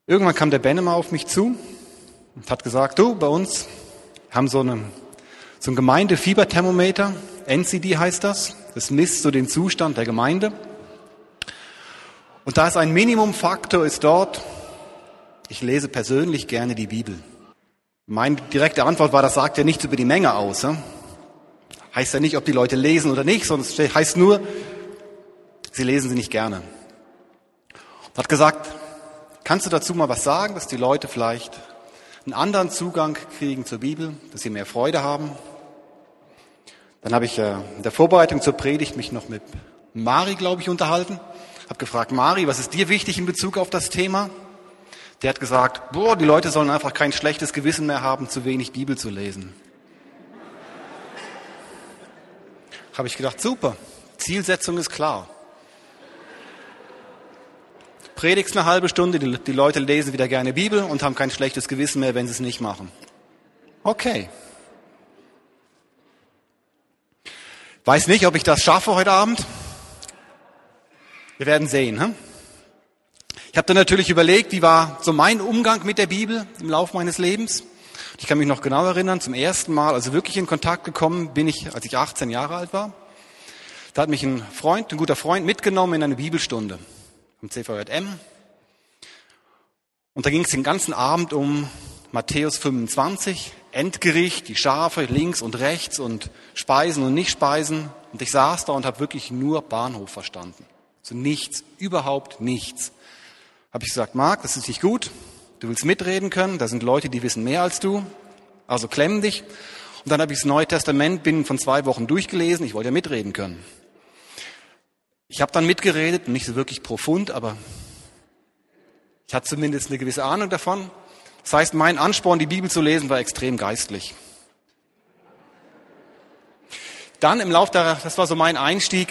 Irgendwann kam der Benne mal auf mich zu und hat gesagt, du, bei uns haben so ein Gemeindefieberthermometer, NCD heißt das. Das misst so den Zustand der Gemeinde. Und da ist ein Minimumfaktor, ist dort, ich lese persönlich gerne die Bibel. Meine direkte Antwort war, das sagt ja nichts über die Menge aus. Ja? Heißt ja nicht, ob die Leute lesen oder nicht, sondern es heißt nur, sie lesen sie nicht gerne. Und hat gesagt, kannst du dazu mal was sagen, dass die Leute vielleicht einen anderen Zugang kriegen zur Bibel, dass sie mehr Freude haben? Dann habe ich in der Vorbereitung zur Predigt mich noch mit Mari, glaube ich, unterhalten. Habe gefragt, Mari, was ist dir wichtig in Bezug auf das Thema? Der hat gesagt, die Leute sollen einfach kein schlechtes Gewissen mehr haben, zu wenig Bibel zu lesen. Habe ich gedacht, super, Zielsetzung ist klar. Predigst eine halbe Stunde, die Leute lesen wieder gerne Bibel und haben kein schlechtes Gewissen mehr, wenn sie es nicht machen. Okay. Weiß nicht, ob ich das schaffe heute Abend. Wir werden sehen. Hm? Ich habe dann natürlich überlegt, wie war so mein Umgang mit der Bibel im Laufe meines Lebens. Ich kann mich noch genau erinnern, zum ersten Mal, also wirklich in Kontakt gekommen bin ich, als ich 18 Jahre alt war. Da hat mich ein guter Freund mitgenommen in eine Bibelstunde im CVJM. Und da ging es den ganzen Abend um Matthäus 25, Endgericht, die Schafe links und rechts und Speisen und Nicht-Speisen. Und ich saß da und habe wirklich nur Bahnhof verstanden. So nichts, überhaupt nichts. Habe ich gesagt, Marc, das ist nicht gut. Du willst mitreden können. Da sind Leute, die wissen mehr als du. Also klemm dich. Und dann habe ich das Neue Testament binnen von 2 Wochen durchgelesen. Ich wollte ja mitreden können. Ich habe dann mitgeredet, nicht so wirklich profund, aber ich hatte zumindest eine gewisse Ahnung davon. Das heißt, mein Ansporn, die Bibel zu lesen, war extrem geistlich. Dann im Lauf das war so mein Einstieg,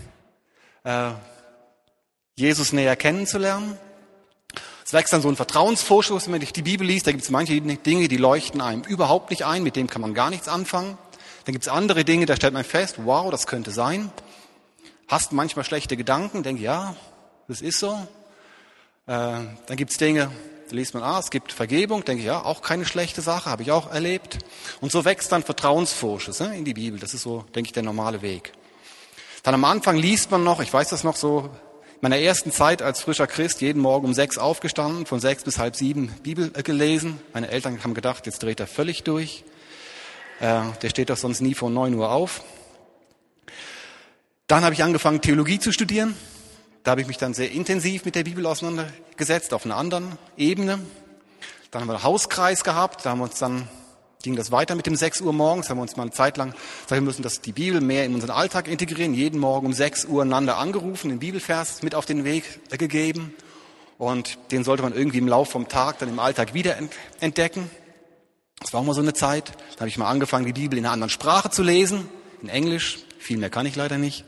Jesus näher kennenzulernen. Es wächst dann so ein Vertrauensvorschuss, wenn man die Bibel liest. Da gibt es manche Dinge, die leuchten einem überhaupt nicht ein, mit dem kann man gar nichts anfangen. Dann gibt es andere Dinge, da stellt man fest, wow, das könnte sein. Hast manchmal schlechte Gedanken, denke, ja, das ist so. Dann gibt es Dinge, da liest man, es gibt Vergebung, denke ich, ja, auch keine schlechte Sache, habe ich auch erlebt. Und so wächst dann Vertrauensvorschuss in die Bibel. Das ist so, denke ich, der normale Weg. Dann am Anfang liest man noch, ich weiß das noch so, in meiner ersten Zeit als frischer Christ, jeden Morgen um 6 aufgestanden, von 6 bis halb 7 Bibel gelesen. Meine Eltern haben gedacht, jetzt dreht er völlig durch. Der steht doch sonst nie vor 9 Uhr auf. Dann habe ich angefangen, Theologie zu studieren. Da habe ich mich dann sehr intensiv mit der Bibel auseinandergesetzt, auf einer anderen Ebene. Dann haben wir einen Hauskreis gehabt, ging das weiter mit dem 6 Uhr morgens, haben wir uns mal eine Zeit lang gesagt, wir müssen die Bibel mehr in unseren Alltag integrieren, jeden Morgen um 6 Uhr einander angerufen, den Bibelvers mit auf den Weg gegeben und den sollte man irgendwie im Laufe vom Tag dann im Alltag wieder entdecken. Das war auch mal so eine Zeit. Dann habe ich mal angefangen, die Bibel in einer anderen Sprache zu lesen, in Englisch, viel mehr kann ich leider nicht.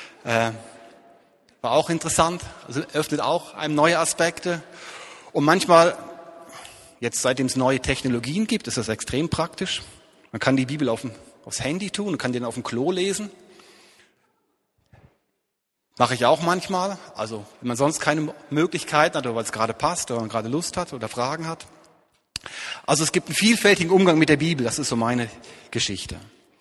War auch interessant, also öffnet auch einem neue Aspekte und manchmal, jetzt seitdem es neue Technologien gibt, ist das extrem praktisch. Man kann die Bibel aufs Handy tun und kann den auf dem Klo lesen. Mache ich auch manchmal, also wenn man sonst keine Möglichkeiten hat oder weil es gerade passt oder man gerade Lust hat oder Fragen hat. Also es gibt einen vielfältigen Umgang mit der Bibel, das ist so meine Geschichte.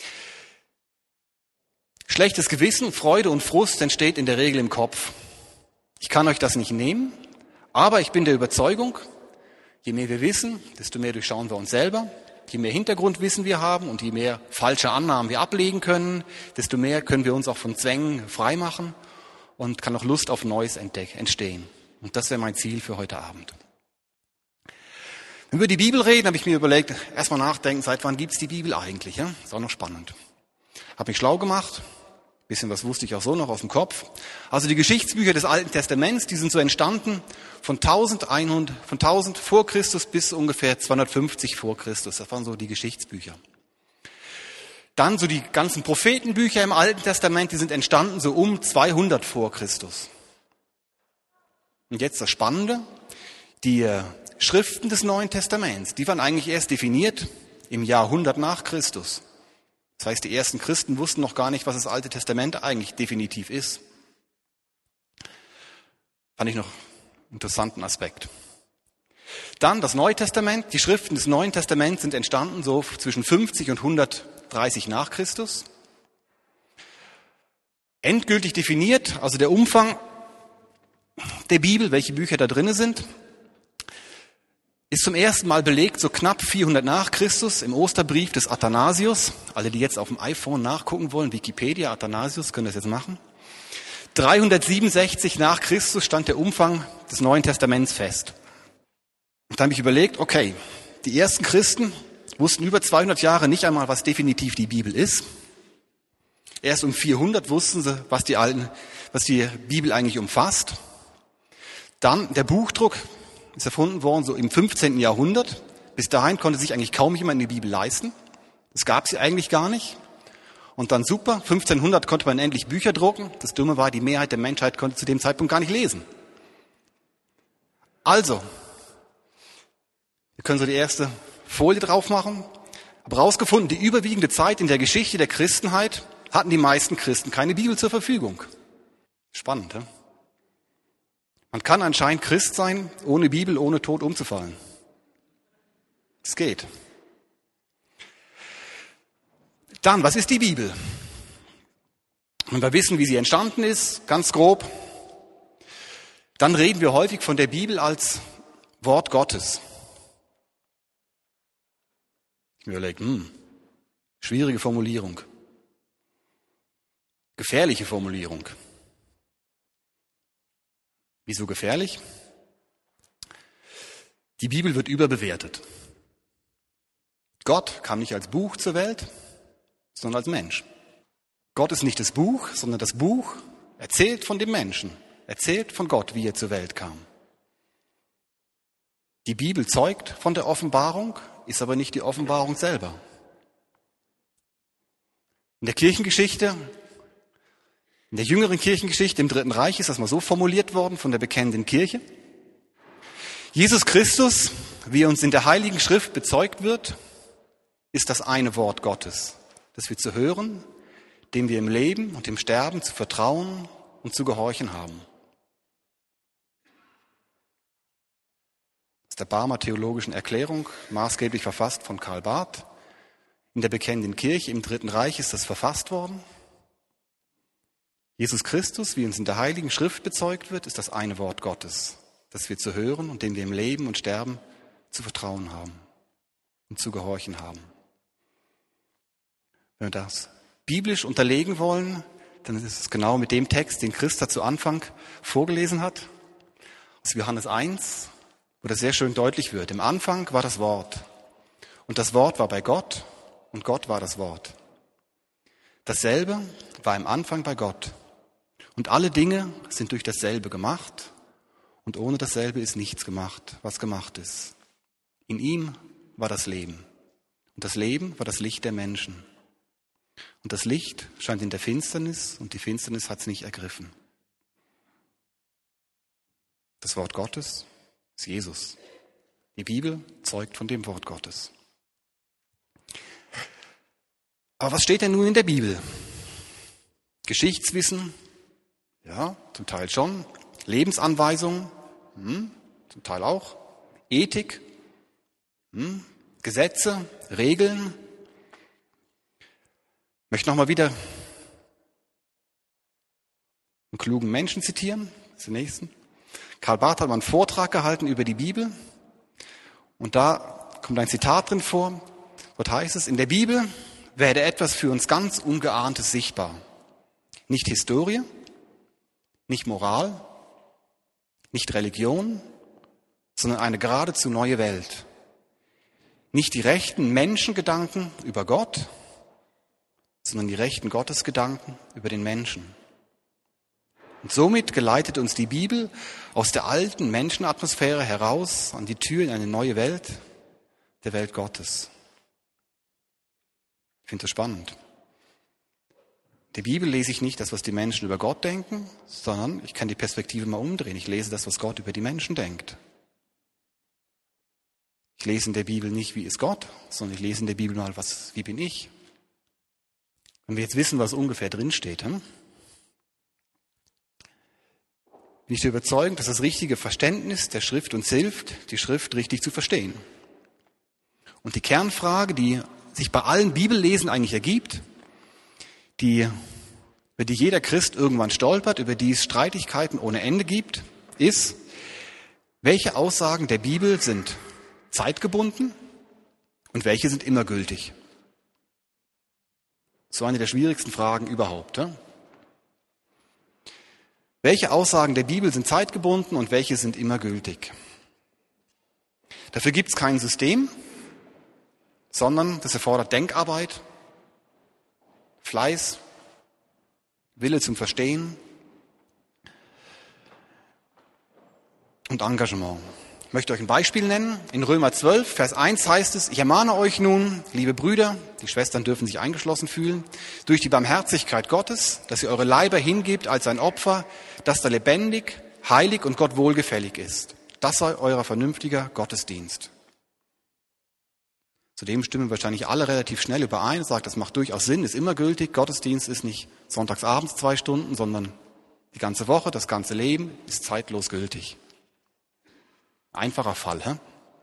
Schlechtes Gewissen, Freude und Frust entsteht in der Regel im Kopf. Ich kann euch das nicht nehmen, aber ich bin der Überzeugung, je mehr wir wissen, desto mehr durchschauen wir uns selber. Je mehr Hintergrundwissen wir haben und je mehr falsche Annahmen wir ablegen können, desto mehr können wir uns auch von Zwängen freimachen und kann auch Lust auf Neues entstehen. Und das wäre mein Ziel für heute Abend. Wenn wir über die Bibel reden, habe ich mir überlegt, erstmal nachdenken, seit wann gibt es die Bibel eigentlich? Ja? Ist auch noch spannend. Habe mich schlau gemacht. Bisschen was wusste ich auch so noch aus dem Kopf. Also die Geschichtsbücher des Alten Testaments, die sind so entstanden von 1000 vor Christus bis ungefähr 250 vor Christus. Das waren so die Geschichtsbücher. Dann so die ganzen Prophetenbücher im Alten Testament, die sind entstanden so um 200 vor Christus. Und jetzt das Spannende, die Schriften des Neuen Testaments, die waren eigentlich erst definiert im Jahr 100 nach Christus. Das heißt, die ersten Christen wussten noch gar nicht, was das Alte Testament eigentlich definitiv ist. Fand ich noch einen interessanten Aspekt. Dann das Neue Testament. Die Schriften des Neuen Testaments sind entstanden so zwischen 50 und 130 nach Christus. Endgültig definiert, also der Umfang der Bibel, welche Bücher da drin sind, ist zum ersten Mal belegt, so knapp 400 nach Christus im Osterbrief des Athanasius. Alle, die jetzt auf dem iPhone nachgucken wollen, Wikipedia, Athanasius, können das jetzt machen. 367 nach Christus stand der Umfang des Neuen Testaments fest. Und dann habe ich überlegt, okay, die ersten Christen wussten über 200 Jahre nicht einmal, was definitiv die Bibel ist. Erst um 400 wussten sie, was die Bibel eigentlich umfasst. Dann der Buchdruck ist erfunden worden, so im 15. Jahrhundert. Bis dahin konnte sich eigentlich kaum jemand die Bibel leisten. Das gab sie eigentlich gar nicht. Und dann super, 1500 konnte man endlich Bücher drucken. Das Dumme war, die Mehrheit der Menschheit konnte zu dem Zeitpunkt gar nicht lesen. Also, wir können so die erste Folie drauf machen. Aber rausgefunden, die überwiegende Zeit in der Geschichte der Christenheit hatten die meisten Christen keine Bibel zur Verfügung. Spannend, ja? Man kann anscheinend Christ sein, ohne Bibel, ohne Tod umzufallen. Es geht. Dann, was ist die Bibel? Wenn wir wissen, wie sie entstanden ist, ganz grob, dann reden wir häufig von der Bibel als Wort Gottes. Ich mir überlege, schwierige Formulierung. Gefährliche Formulierung. Wieso gefährlich? Die Bibel wird überbewertet. Gott kam nicht als Buch zur Welt, sondern als Mensch. Gott ist nicht das Buch, sondern das Buch erzählt von dem Menschen, erzählt von Gott, wie er zur Welt kam. Die Bibel zeugt von der Offenbarung, ist aber nicht die Offenbarung selber. In der Kirchengeschichte, in der jüngeren Kirchengeschichte im Dritten Reich ist das mal so formuliert worden von der bekennenden Kirche. Jesus Christus, wie uns in der Heiligen Schrift bezeugt wird, ist das eine Wort Gottes, das wir zu hören, dem wir im Leben und im Sterben zu vertrauen und zu gehorchen haben. Das ist der Barmer Theologischen Erklärung, maßgeblich verfasst von Karl Barth. In der bekennenden Kirche im Dritten Reich ist das verfasst worden. Jesus Christus, wie uns in der Heiligen Schrift bezeugt wird, ist das eine Wort Gottes, das wir zu hören und dem wir im Leben und Sterben zu vertrauen haben und zu gehorchen haben. Wenn wir das biblisch unterlegen wollen, dann ist es genau mit dem Text, den Christa zu Anfang vorgelesen hat, aus Johannes 1, wo das sehr schön deutlich wird. Im Anfang war das Wort und das Wort war bei Gott und Gott war das Wort. Dasselbe war im Anfang bei Gott und alle Dinge sind durch dasselbe gemacht und ohne dasselbe ist nichts gemacht, was gemacht ist. In ihm war das Leben und das Leben war das Licht der Menschen. Und das Licht scheint in der Finsternis und die Finsternis hat es nicht ergriffen. Das Wort Gottes ist Jesus. Die Bibel zeugt von dem Wort Gottes. Aber was steht denn nun in der Bibel? Geschichtswissen? Ja, zum Teil schon. Lebensanweisungen? Zum Teil auch. Ethik? Gesetze? Regeln? Ich möchte nochmal wieder einen klugen Menschen zitieren, zunächst. Karl Barth hat mal einen Vortrag gehalten über die Bibel und da kommt ein Zitat drin vor. Dort heißt es, in der Bibel werde etwas für uns ganz Ungeahntes sichtbar. Nicht Historie, nicht Moral, nicht Religion, sondern eine geradezu neue Welt. Nicht die rechten Menschengedanken über Gott, sondern die rechten Gottesgedanken über den Menschen. Und somit geleitet uns die Bibel aus der alten Menschenatmosphäre heraus an die Tür in eine neue Welt, der Welt Gottes. Ich finde das spannend. In der Bibel lese ich nicht das, was die Menschen über Gott denken, sondern ich kann die Perspektive mal umdrehen. Ich lese das, was Gott über die Menschen denkt. Ich lese in der Bibel nicht, wie ist Gott, sondern ich lese in der Bibel mal, wie bin ich? Wenn wir jetzt wissen, was ungefähr drinsteht, bin ich der Überzeugung, dass das richtige Verständnis der Schrift uns hilft, die Schrift richtig zu verstehen. Und die Kernfrage, die sich bei allen Bibellesen eigentlich ergibt, über die jeder Christ irgendwann stolpert, über die es Streitigkeiten ohne Ende gibt, ist, welche Aussagen der Bibel sind zeitgebunden und welche sind immer gültig? So eine der schwierigsten Fragen überhaupt. Ja? Welche Aussagen der Bibel sind zeitgebunden und welche sind immer gültig? Dafür gibt es kein System, sondern das erfordert Denkarbeit, Fleiß, Wille zum Verstehen und Engagement. Ich möchte euch ein Beispiel nennen. In Römer 12, Vers 1 heißt es: Ich ermahne euch nun, liebe Brüder, die Schwestern dürfen sich eingeschlossen fühlen, durch die Barmherzigkeit Gottes, dass ihr eure Leiber hingebt als ein Opfer, das da lebendig, heilig und Gott wohlgefällig ist. Das sei euer vernünftiger Gottesdienst. Zudem stimmen wahrscheinlich alle relativ schnell überein und sagen, das macht durchaus Sinn, ist immer gültig. Gottesdienst ist nicht sonntagsabends 2 Stunden, sondern die ganze Woche, das ganze Leben ist zeitlos gültig. Einfacher Fall, hä?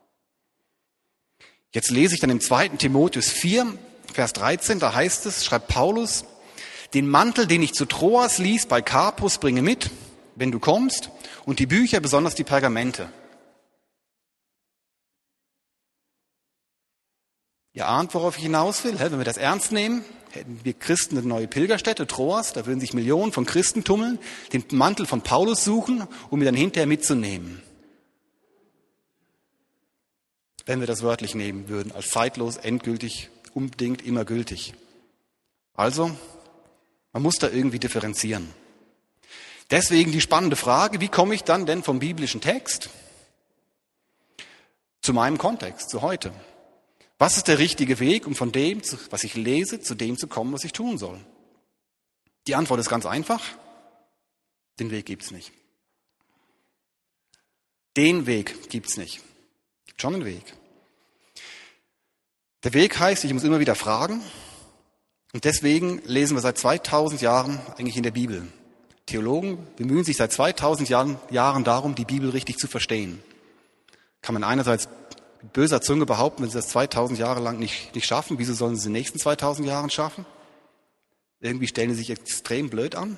Jetzt lese ich dann im 2. Timotheus 4, Vers 13, da heißt es, schreibt Paulus: Den Mantel, den ich zu Troas ließ bei Carpus, bringe mit, wenn du kommst, und die Bücher, besonders die Pergamente. Ihr ahnt, worauf ich hinaus will. Wenn wir das ernst nehmen, hätten wir Christen eine neue Pilgerstätte, Troas, da würden sich Millionen von Christen tummeln, den Mantel von Paulus suchen, um ihn dann hinterher mitzunehmen. Wenn wir das wörtlich nehmen würden, als zeitlos, endgültig, unbedingt, immer gültig. Also, man muss da irgendwie differenzieren. Deswegen die spannende Frage, wie komme ich dann denn vom biblischen Text zu meinem Kontext, zu heute? Was ist der richtige Weg, um von dem, was ich lese, zu dem zu kommen, was ich tun soll? Die Antwort ist ganz einfach. Den Weg gibt's nicht. Den Weg gibt's nicht. Gibt schon einen Weg. Der Weg heißt, ich muss immer wieder fragen. Und deswegen lesen wir seit 2000 Jahren eigentlich in der Bibel. Theologen bemühen sich seit 2000 Jahren darum, die Bibel richtig zu verstehen. Kann man einerseits mit böser Zunge behaupten, wenn sie das 2000 Jahre lang nicht schaffen, wieso sollen sie es in den nächsten 2000 Jahren schaffen? Irgendwie stellen sie sich extrem blöd an.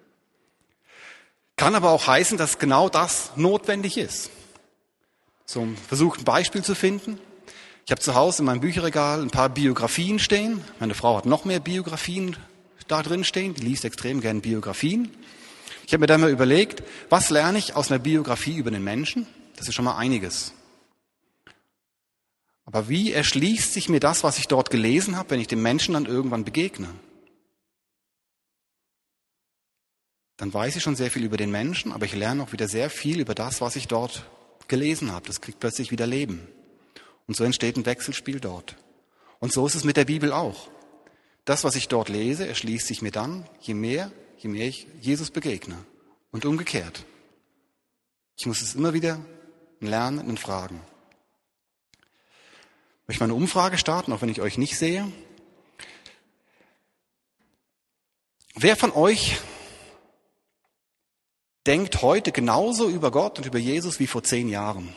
Kann aber auch heißen, dass genau das notwendig ist. So versucht ein Beispiel zu finden. Ich habe zu Hause in meinem Bücherregal ein paar Biografien stehen. Meine Frau hat noch mehr Biografien da drin stehen. Die liest extrem gern Biografien. Ich habe mir dann mal überlegt, was lerne ich aus einer Biografie über den Menschen? Das ist schon mal einiges. Aber wie erschließt sich mir das, was ich dort gelesen habe, wenn ich dem Menschen dann irgendwann begegne? Dann weiß ich schon sehr viel über den Menschen, aber ich lerne auch wieder sehr viel über das, was ich dort gelesen habe. Das kriegt plötzlich wieder Leben. Und so entsteht ein Wechselspiel dort. Und so ist es mit der Bibel auch. Das, was ich dort lese, erschließt sich mir dann, je mehr ich Jesus begegne. Und umgekehrt. Ich muss es immer wieder lernen und fragen. Ich möchte mal eine Umfrage starten, auch wenn ich euch nicht sehe. Wer von euch denkt heute genauso über Gott und über Jesus wie vor 10 Jahren?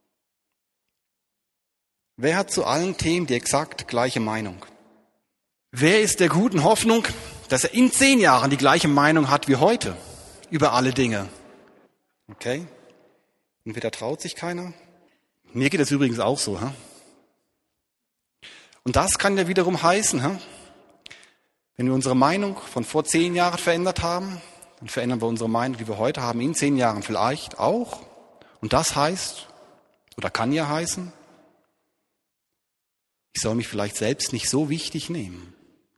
Wer hat zu allen Themen die exakt gleiche Meinung? Wer ist der guten Hoffnung, dass er in 10 Jahren die gleiche Meinung hat wie heute über alle Dinge? Okay? Entweder traut sich keiner. Mir geht das übrigens auch so. Und das kann ja wiederum heißen, wenn wir unsere Meinung von vor 10 Jahren verändert haben, dann verändern wir unsere Meinung, die wir heute haben, in 10 Jahren vielleicht auch. Und das heißt, oder kann ja heißen, ich soll mich vielleicht selbst nicht so wichtig nehmen.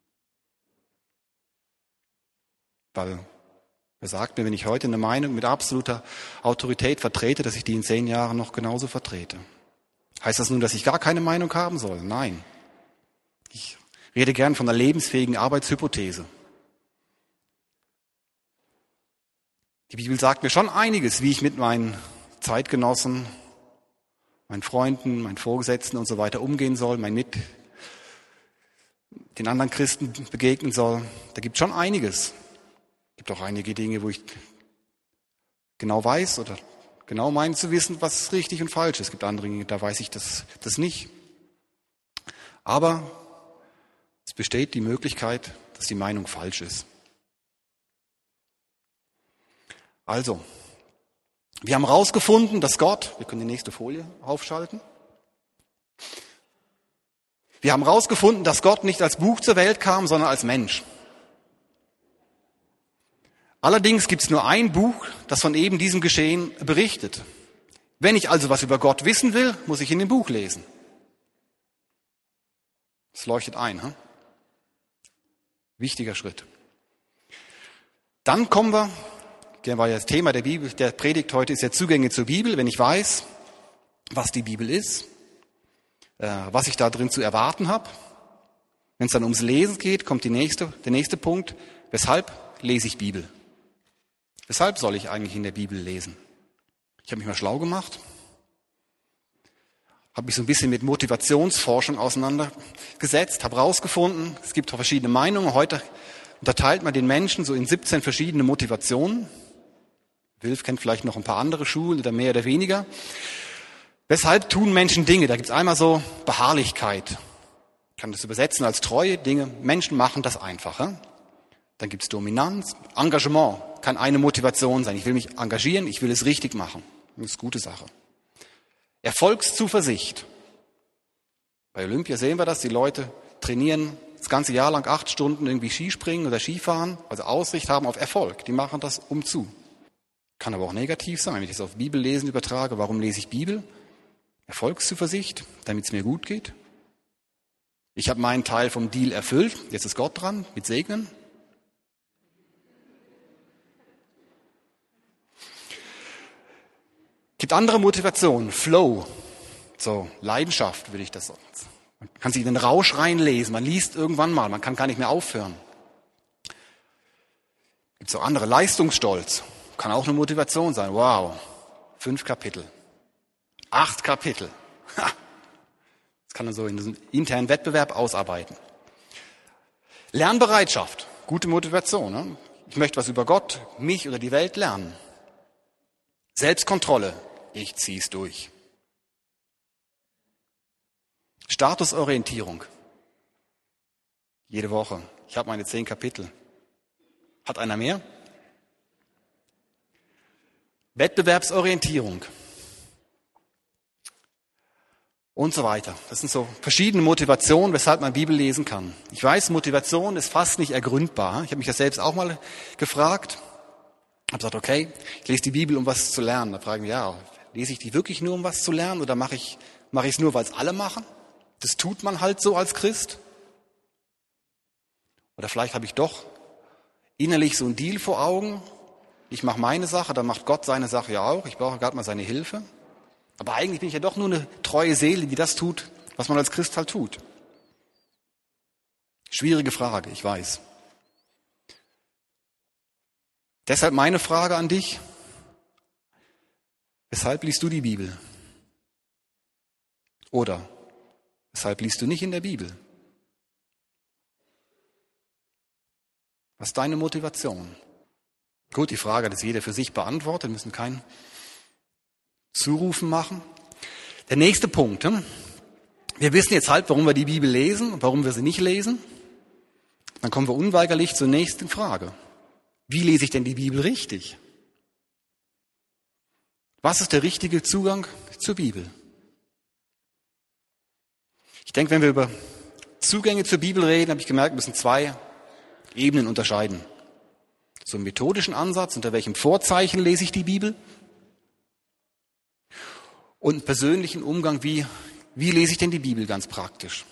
Weil, wer sagt mir, wenn ich heute eine Meinung mit absoluter Autorität vertrete, dass ich die in 10 Jahren noch genauso vertrete? Heißt das nun, dass ich gar keine Meinung haben soll? Nein. Ich rede gern von einer lebensfähigen Arbeitshypothese. Die Bibel sagt mir schon einiges, wie ich mit meinen Zeitgenossen, meinen Freunden, meinen Vorgesetzten und so weiter umgehen soll, den anderen Christen begegnen soll. Da gibt es schon einiges. Es gibt auch einige Dinge, wo ich genau weiß oder genau meint zu wissen, was richtig und falsch ist. Es gibt andere Dinge, da weiß ich das nicht. Aber es besteht die Möglichkeit, dass die Meinung falsch ist. Also, wir haben herausgefunden, dass Gott, wir können die nächste Folie aufschalten. Wir haben herausgefunden, dass Gott nicht als Buch zur Welt kam, sondern als Mensch. Allerdings gibt es nur ein Buch, das von eben diesem Geschehen berichtet. Wenn ich also was über Gott wissen will, muss ich in dem Buch lesen. Das leuchtet ein. Hm? Wichtiger Schritt. Dann kommen wir, war ja das Thema der Bibel, der Predigt heute ist ja Zugänge zur Bibel. Wenn ich weiß, was die Bibel ist, was ich da drin zu erwarten habe. Wenn es dann ums Lesen geht, kommt der nächste Punkt. Weshalb lese ich Bibel? Weshalb soll ich eigentlich in der Bibel lesen? Ich habe mich mal schlau gemacht, habe mich so ein bisschen mit Motivationsforschung auseinandergesetzt, habe herausgefunden, es gibt verschiedene Meinungen. Heute unterteilt man den Menschen so in 17 verschiedene Motivationen. Wilf kennt vielleicht noch ein paar andere Schulen oder mehr oder weniger. Weshalb tun Menschen Dinge? Da gibt es einmal so Beharrlichkeit. Ich kann das übersetzen als treue Dinge. Menschen machen das einfacher. Dann gibt es Dominanz. Engagement kann eine Motivation sein. Ich will mich engagieren, ich will es richtig machen. Das ist eine gute Sache. Erfolgszuversicht. Bei Olympia sehen wir das. Die Leute trainieren das ganze Jahr lang 8 Stunden irgendwie Skispringen oder Skifahren, also Aussicht haben auf Erfolg. Die machen das umzu. Kann aber auch negativ sein, wenn ich das auf Bibellesen übertrage. Warum lese ich Bibel? Erfolgszuversicht, damit es mir gut geht. Ich habe meinen Teil vom Deal erfüllt. Jetzt ist Gott dran mit Segnen. Gibt andere Motivationen. Flow, so Leidenschaft würde ich das sagen. Man kann sich in den Rausch reinlesen. Man liest irgendwann mal. Man kann gar nicht mehr aufhören. Gibt es auch andere. Leistungsstolz. Kann auch eine Motivation sein. Wow, 5 Kapitel. 8 Kapitel. Das kann man so in diesem internen Wettbewerb ausarbeiten. Lernbereitschaft. Gute Motivation. Ne? Ich möchte was über Gott, mich oder die Welt lernen. Selbstkontrolle. Ich zieh's durch. Statusorientierung. Jede Woche. Ich habe meine 10 Kapitel. Hat einer mehr? Wettbewerbsorientierung. Und so weiter. Das sind so verschiedene Motivationen, weshalb man Bibel lesen kann. Ich weiß, Motivation ist fast nicht ergründbar. Ich habe mich das selbst auch mal gefragt. Ich habe gesagt, okay, ich lese die Bibel, um was zu lernen. Da fragen wir, ja, lese ich die wirklich nur, um was zu lernen? Oder mache ich es nur, weil es alle machen? Das tut man halt so als Christ. Oder vielleicht habe ich doch innerlich so einen Deal vor Augen. Ich mache meine Sache, dann macht Gott seine Sache ja auch. Ich brauche gerade mal seine Hilfe. Aber eigentlich bin ich ja doch nur eine treue Seele, die das tut, was man als Christ halt tut. Schwierige Frage, ich weiß. Deshalb meine Frage an dich. Weshalb liest du die Bibel? Oder weshalb liest du nicht in der Bibel? Was ist deine Motivation? Gut, die Frage hat jetzt jeder für sich beantwortet. Wir müssen kein Zurufen machen. Der nächste Punkt. Wir wissen jetzt halt, warum wir die Bibel lesen und warum wir sie nicht lesen. Dann kommen wir unweigerlich zur nächsten Frage. Wie lese ich denn die Bibel richtig? Was ist der richtige Zugang zur Bibel? Ich denke, wenn wir über Zugänge zur Bibel reden, habe ich gemerkt, wir müssen 2 Ebenen unterscheiden. So einen methodischen Ansatz, unter welchem Vorzeichen lese ich die Bibel? Und einen persönlichen Umgang, wie lese ich denn die Bibel ganz praktisch?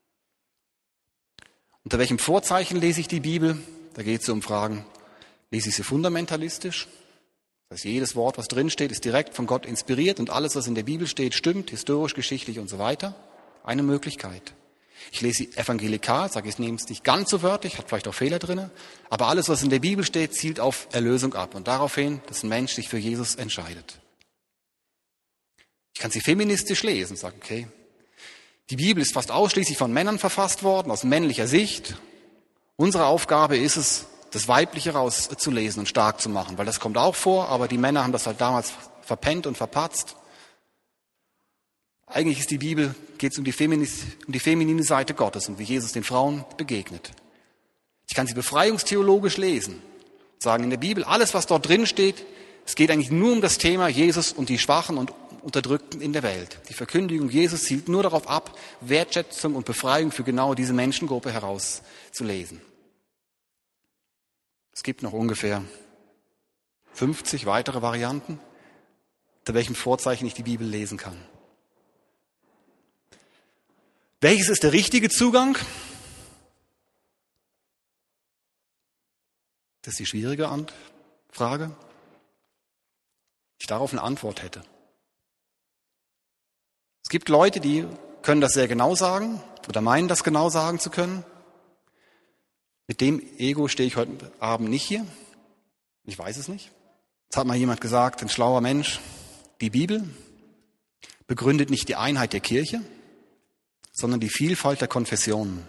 Unter welchem Vorzeichen lese ich die Bibel? Da geht es um Fragen, lese ich sie fundamentalistisch? Das heißt, jedes Wort, was drin steht, ist direkt von Gott inspiriert und alles, was in der Bibel steht, stimmt, historisch, geschichtlich und so weiter. Eine Möglichkeit. Ich lese sie evangelikal, sage, ich nehme es nicht ganz so wörtlich, hat vielleicht auch Fehler drin, aber alles, was in der Bibel steht, zielt auf Erlösung ab und daraufhin, dass ein Mensch sich für Jesus entscheidet. Ich kann sie feministisch lesen, sage, okay, die Bibel ist fast ausschließlich von Männern verfasst worden, aus männlicher Sicht. Unsere Aufgabe ist es, das Weibliche rauszulesen und stark zu machen, weil das kommt auch vor, aber die Männer haben das halt damals verpennt und verpatzt. Eigentlich ist die Bibel, geht es um die feminine Seite Gottes und wie Jesus den Frauen begegnet. Ich kann sie befreiungstheologisch lesen, sagen in der Bibel, alles was dort drin steht, es geht eigentlich nur um das Thema Jesus und die Schwachen und Unterdrückten in der Welt. Die Verkündigung Jesus zielt nur darauf ab, Wertschätzung und Befreiung für genau diese Menschengruppe herauszulesen. Es gibt noch ungefähr 50 weitere Varianten, unter welchem Vorzeichen ich die Bibel lesen kann. Welches ist der richtige Zugang? Das ist die schwierige Frage. Ich darauf eine Antwort hätte. Es gibt Leute, die können das sehr genau sagen oder meinen, das genau sagen zu können. Mit dem Ego stehe ich heute Abend nicht hier. Ich weiß es nicht. Es hat mal jemand gesagt, ein schlauer Mensch, die Bibel begründet nicht die Einheit der Kirche, sondern die Vielfalt der Konfessionen.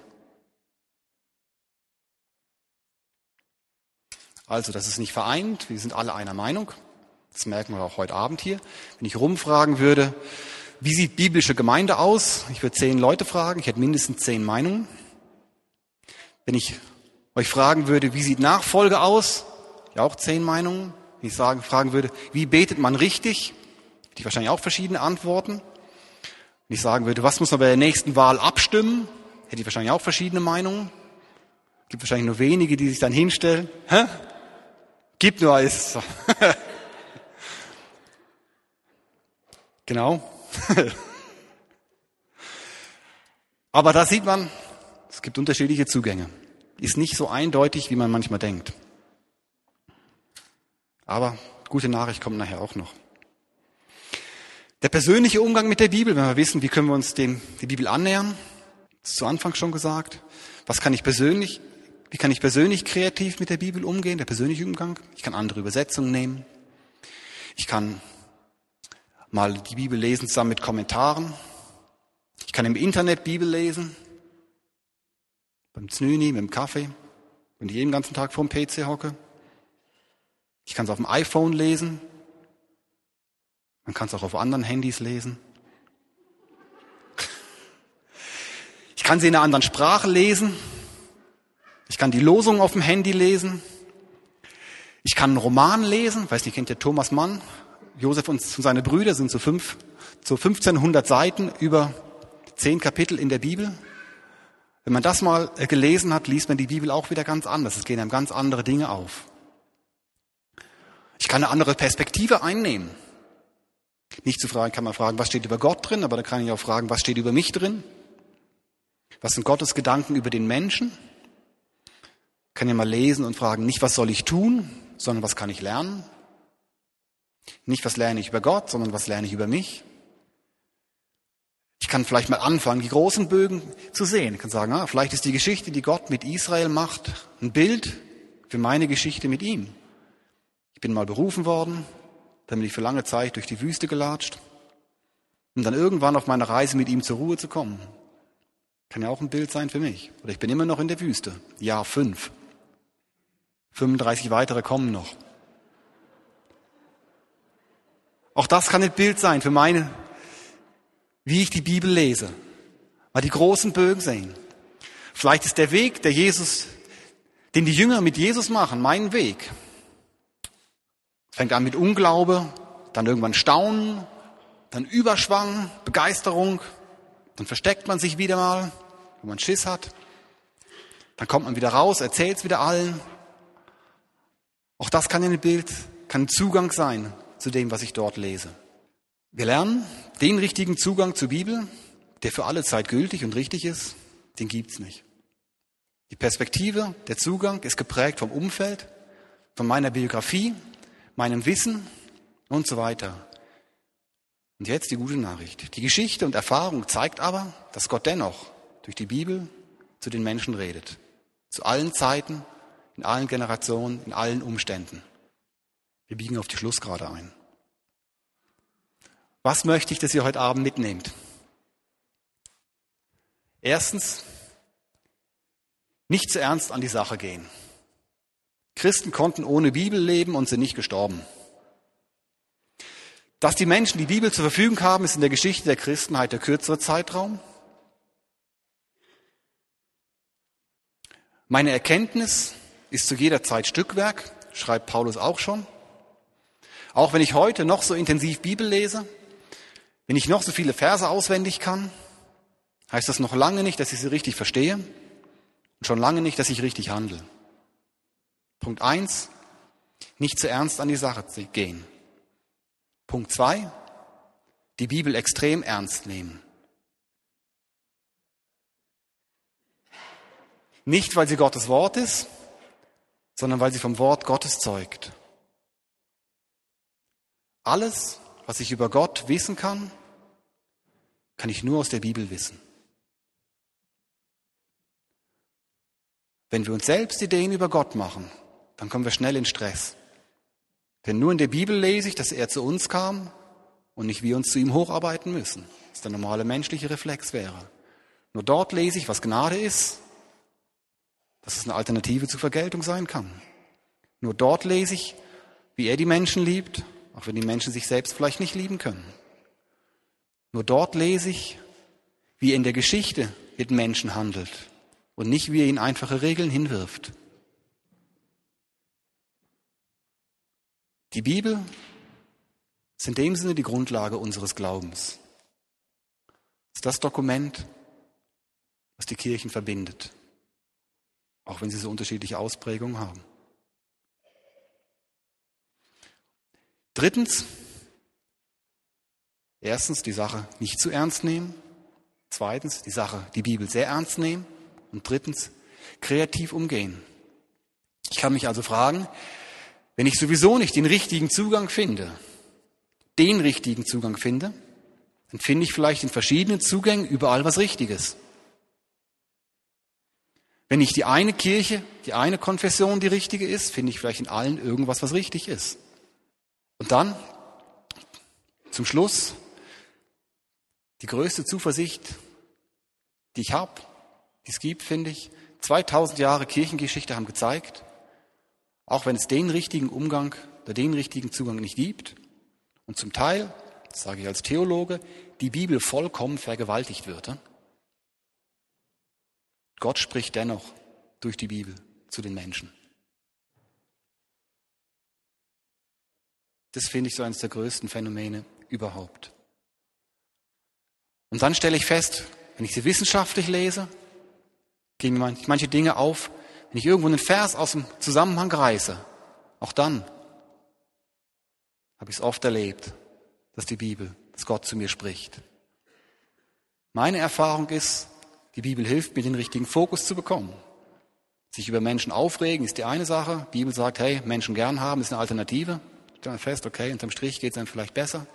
Also, das ist nicht vereint, wir sind alle einer Meinung. Das merken wir auch heute Abend hier. Wenn ich rumfragen würde, wie sieht biblische Gemeinde aus? Ich würde 10 Leute fragen, ich hätte mindestens 10 Meinungen. Wenn ich euch fragen würde, wie sieht Nachfolge aus? Ja, auch 10 Meinungen. Wenn ich fragen würde, wie betet man richtig? Hätte ich wahrscheinlich auch verschiedene Antworten. Wenn ich sagen würde, was muss man bei der nächsten Wahl abstimmen? Hätte ich wahrscheinlich auch verschiedene Meinungen. Gibt wahrscheinlich nur wenige, die sich dann hinstellen. Hä? Gibt nur eins. Genau. Aber da sieht man, es gibt unterschiedliche Zugänge. Ist nicht so eindeutig, wie man manchmal denkt. Aber gute Nachricht kommt nachher auch noch. Der persönliche Umgang mit der Bibel, wenn wir wissen, wie können wir uns die Bibel annähern, das ist zu Anfang schon gesagt. Wie kann ich persönlich kreativ mit der Bibel umgehen, der persönliche Umgang? Ich kann andere Übersetzungen nehmen. Ich kann mal die Bibel lesen zusammen mit Kommentaren. Ich kann im Internet Bibel lesen. Beim Znüni, mit dem Kaffee. Wenn ich jeden ganzen Tag vor dem PC hocke. Ich kann es auf dem iPhone lesen. Man kann es auch auf anderen Handys lesen. Ich kann sie in einer anderen Sprache lesen. Ich kann die Losung auf dem Handy lesen. Ich kann einen Roman lesen. Weiß nicht, kennt ihr Thomas Mann? Josef und seine Brüder sind so 1500 Seiten über 10 Kapitel in der Bibel. Wenn man das mal gelesen hat, liest man die Bibel auch wieder ganz anders. Es gehen einem ganz andere Dinge auf. Ich kann eine andere Perspektive einnehmen. Nicht zu fragen, kann man fragen, was steht über Gott drin, aber da kann ich auch fragen, was steht über mich drin? Was sind Gottes Gedanken über den Menschen? Ich kann ja mal lesen und fragen, nicht was soll ich tun, sondern was kann ich lernen? Nicht was lerne ich über Gott, sondern was lerne ich über mich? Ich kann vielleicht mal anfangen, die großen Bögen zu sehen. Ich kann sagen, vielleicht ist die Geschichte, die Gott mit Israel macht, ein Bild für meine Geschichte mit ihm. Ich bin mal berufen worden, dann bin ich für lange Zeit durch die Wüste gelatscht, um dann irgendwann auf meiner Reise mit ihm zur Ruhe zu kommen. Kann ja auch ein Bild sein für mich. Oder ich bin immer noch in der Wüste. Jahr 5. 35 weitere kommen noch. Auch das kann ein Bild sein für wie ich die Bibel lese. Mal die großen Bögen sehen. Vielleicht ist der Weg, den die Jünger mit Jesus machen, mein Weg. Es fängt an mit Unglaube, dann irgendwann Staunen, dann Überschwang, Begeisterung, dann versteckt man sich wieder mal, wenn man Schiss hat. Dann kommt man wieder raus, erzählt es wieder allen. Auch das kann ein Zugang sein zu dem, was ich dort lese. Wir lernen, den richtigen Zugang zur Bibel, der für alle Zeit gültig und richtig ist, den gibt's nicht. Die Perspektive, der Zugang ist geprägt vom Umfeld, von meiner Biografie, meinem Wissen und so weiter. Und jetzt die gute Nachricht. Die Geschichte und Erfahrung zeigt aber, dass Gott dennoch durch die Bibel zu den Menschen redet. Zu allen Zeiten, in allen Generationen, in allen Umständen. Wir biegen auf die Schlussgerade ein. Was möchte ich, dass ihr heute Abend mitnehmt? Erstens, nicht zu ernst an die Sache gehen. Christen konnten ohne Bibel leben und sind nicht gestorben. Dass die Menschen die Bibel zur Verfügung haben, ist in der Geschichte der Christenheit der kürzere Zeitraum. Meine Erkenntnis ist zu jeder Zeit Stückwerk, schreibt Paulus auch schon. Auch wenn ich heute noch so intensiv Bibel lese, wenn ich noch so viele Verse auswendig kann, heißt das noch lange nicht, dass ich sie richtig verstehe und schon lange nicht, dass ich richtig handle. Punkt 1, nicht zu ernst an die Sache gehen. Punkt 2, die Bibel extrem ernst nehmen. Nicht, weil sie Gottes Wort ist, sondern weil sie vom Wort Gottes zeugt. Alles, was ich über Gott wissen kann, kann ich nur aus der Bibel wissen. Wenn wir uns selbst Ideen über Gott machen, dann kommen wir schnell in Stress. Denn nur in der Bibel lese ich, dass er zu uns kam und nicht wir uns zu ihm hocharbeiten müssen, was der normale menschliche Reflex wäre. Nur dort lese ich, was Gnade ist, dass es eine Alternative zur Vergeltung sein kann. Nur dort lese ich, wie er die Menschen liebt, auch wenn die Menschen sich selbst vielleicht nicht lieben können. Nur dort lese ich, wie er in der Geschichte mit Menschen handelt und nicht, wie er ihnen einfache Regeln hinwirft. Die Bibel ist in dem Sinne die Grundlage unseres Glaubens. Es ist das Dokument, was die Kirchen verbindet, auch wenn sie so unterschiedliche Ausprägungen haben. Drittens, erstens die Sache nicht zu ernst nehmen. Zweitens, die Bibel sehr ernst nehmen. Und drittens, kreativ umgehen. Ich kann mich also fragen, wenn ich sowieso nicht den richtigen Zugang finde, dann finde ich vielleicht in verschiedenen Zugängen überall was Richtiges. Wenn nicht die eine Kirche, die eine Konfession die richtige ist, finde ich vielleicht in allen irgendwas, was richtig ist. Und dann, zum Schluss, die größte Zuversicht, die ich habe, die es gibt, finde ich, 2000 Jahre Kirchengeschichte haben gezeigt, auch wenn es den richtigen Umgang oder den richtigen Zugang nicht gibt und zum Teil, das sage ich als Theologe, die Bibel vollkommen vergewaltigt wird. Gott spricht dennoch durch die Bibel zu den Menschen. Das finde ich so eines der größten Phänomene überhaupt. Und dann stelle ich fest, wenn ich sie wissenschaftlich lese, gehen mir manche Dinge auf, wenn ich irgendwo einen Vers aus dem Zusammenhang reiße, auch dann habe ich es oft erlebt, dass Gott zu mir spricht. Meine Erfahrung ist, die Bibel hilft mir, den richtigen Fokus zu bekommen. Sich über Menschen aufregen ist die eine Sache. Die Bibel sagt, hey, Menschen gern haben, ist eine Alternative. Stell mal fest, okay, unterm Strich geht es einem vielleicht besser.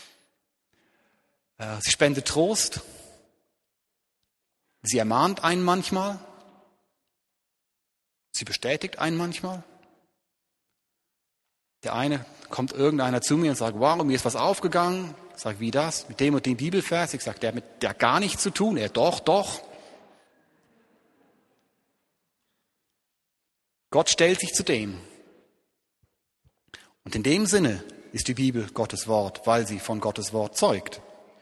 Sie spendet Trost. Sie ermahnt einen manchmal. Sie bestätigt einen manchmal. Der eine kommt irgendeiner zu mir und sagt, wow, mir ist was aufgegangen. Ich sage, wie das? Mit dem und dem Bibelvers. Ich sage, der hat mit gar nichts zu tun. Er, doch. Gott stellt sich zu dem. Und in dem Sinne ist die Bibel Gottes Wort, weil sie von Gottes Wort zeugt.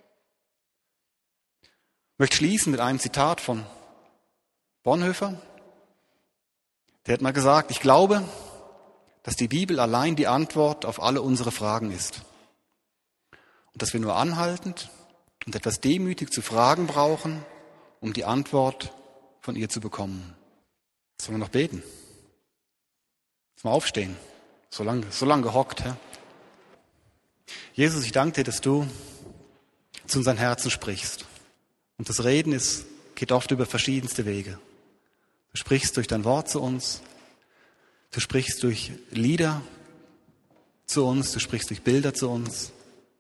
Ich möchte schließen mit einem Zitat von Bonhoeffer. Der hat mal gesagt, ich glaube, dass die Bibel allein die Antwort auf alle unsere Fragen ist. Und dass wir nur anhaltend und etwas demütig zu fragen brauchen, um die Antwort von ihr zu bekommen. Sollen wir noch beten? Mal aufstehen. So lang gehockt, Herr. Jesus, ich danke dir, dass du zu unseren Herzen sprichst. Und das Reden geht oft über verschiedenste Wege. Du sprichst durch dein Wort zu uns. Du sprichst durch Lieder zu uns. Du sprichst durch Bilder zu uns.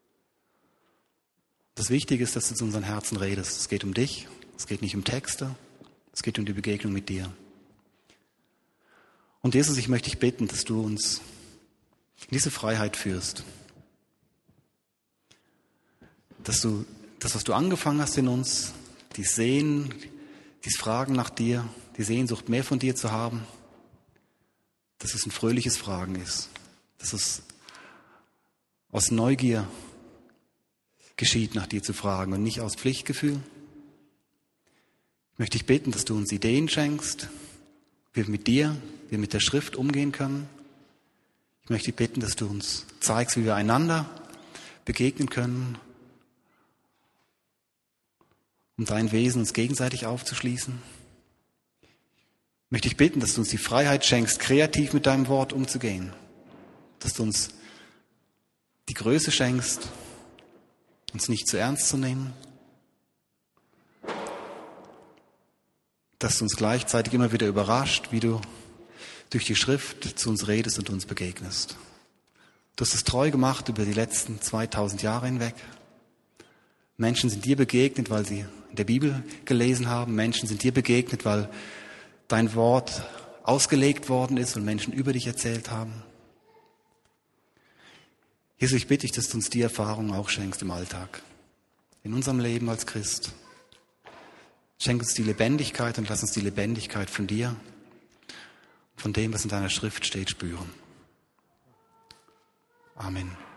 Das Wichtige ist, dass du zu unseren Herzen redest. Es geht um dich. Es geht nicht um Texte. Es geht um die Begegnung mit dir. Und Jesus, ich möchte dich bitten, dass du uns in diese Freiheit führst. Dass du das, was du angefangen hast in uns, dies Sehen, dies Fragen nach dir, die Sehnsucht, mehr von dir zu haben, dass es ein fröhliches Fragen ist, dass es aus Neugier geschieht, nach dir zu fragen und nicht aus Pflichtgefühl. Ich möchte dich bitten, dass du uns Ideen schenkst, wie wir mit der Schrift umgehen können. Ich möchte dich bitten, dass du uns zeigst, wie wir einander begegnen können, um dein Wesen uns gegenseitig aufzuschließen. Ich möchte dich bitten, dass du uns die Freiheit schenkst, kreativ mit deinem Wort umzugehen. Dass du uns die Größe schenkst, uns nicht zu ernst zu nehmen. Dass du uns gleichzeitig immer wieder überrascht, wie du durch die Schrift zu uns redest und uns begegnest. Du hast es treu gemacht über die letzten 2000 Jahre hinweg. Menschen sind dir begegnet, weil sie in der Bibel gelesen haben. Menschen sind dir begegnet, weil dein Wort ausgelegt worden ist und Menschen über dich erzählt haben. Jesus, ich bitte dich, dass du uns die Erfahrung auch schenkst im Alltag, in unserem Leben als Christ. Schenk uns die Lebendigkeit und lass uns die Lebendigkeit von dir, von dem, was in deiner Schrift steht, spüren. Amen.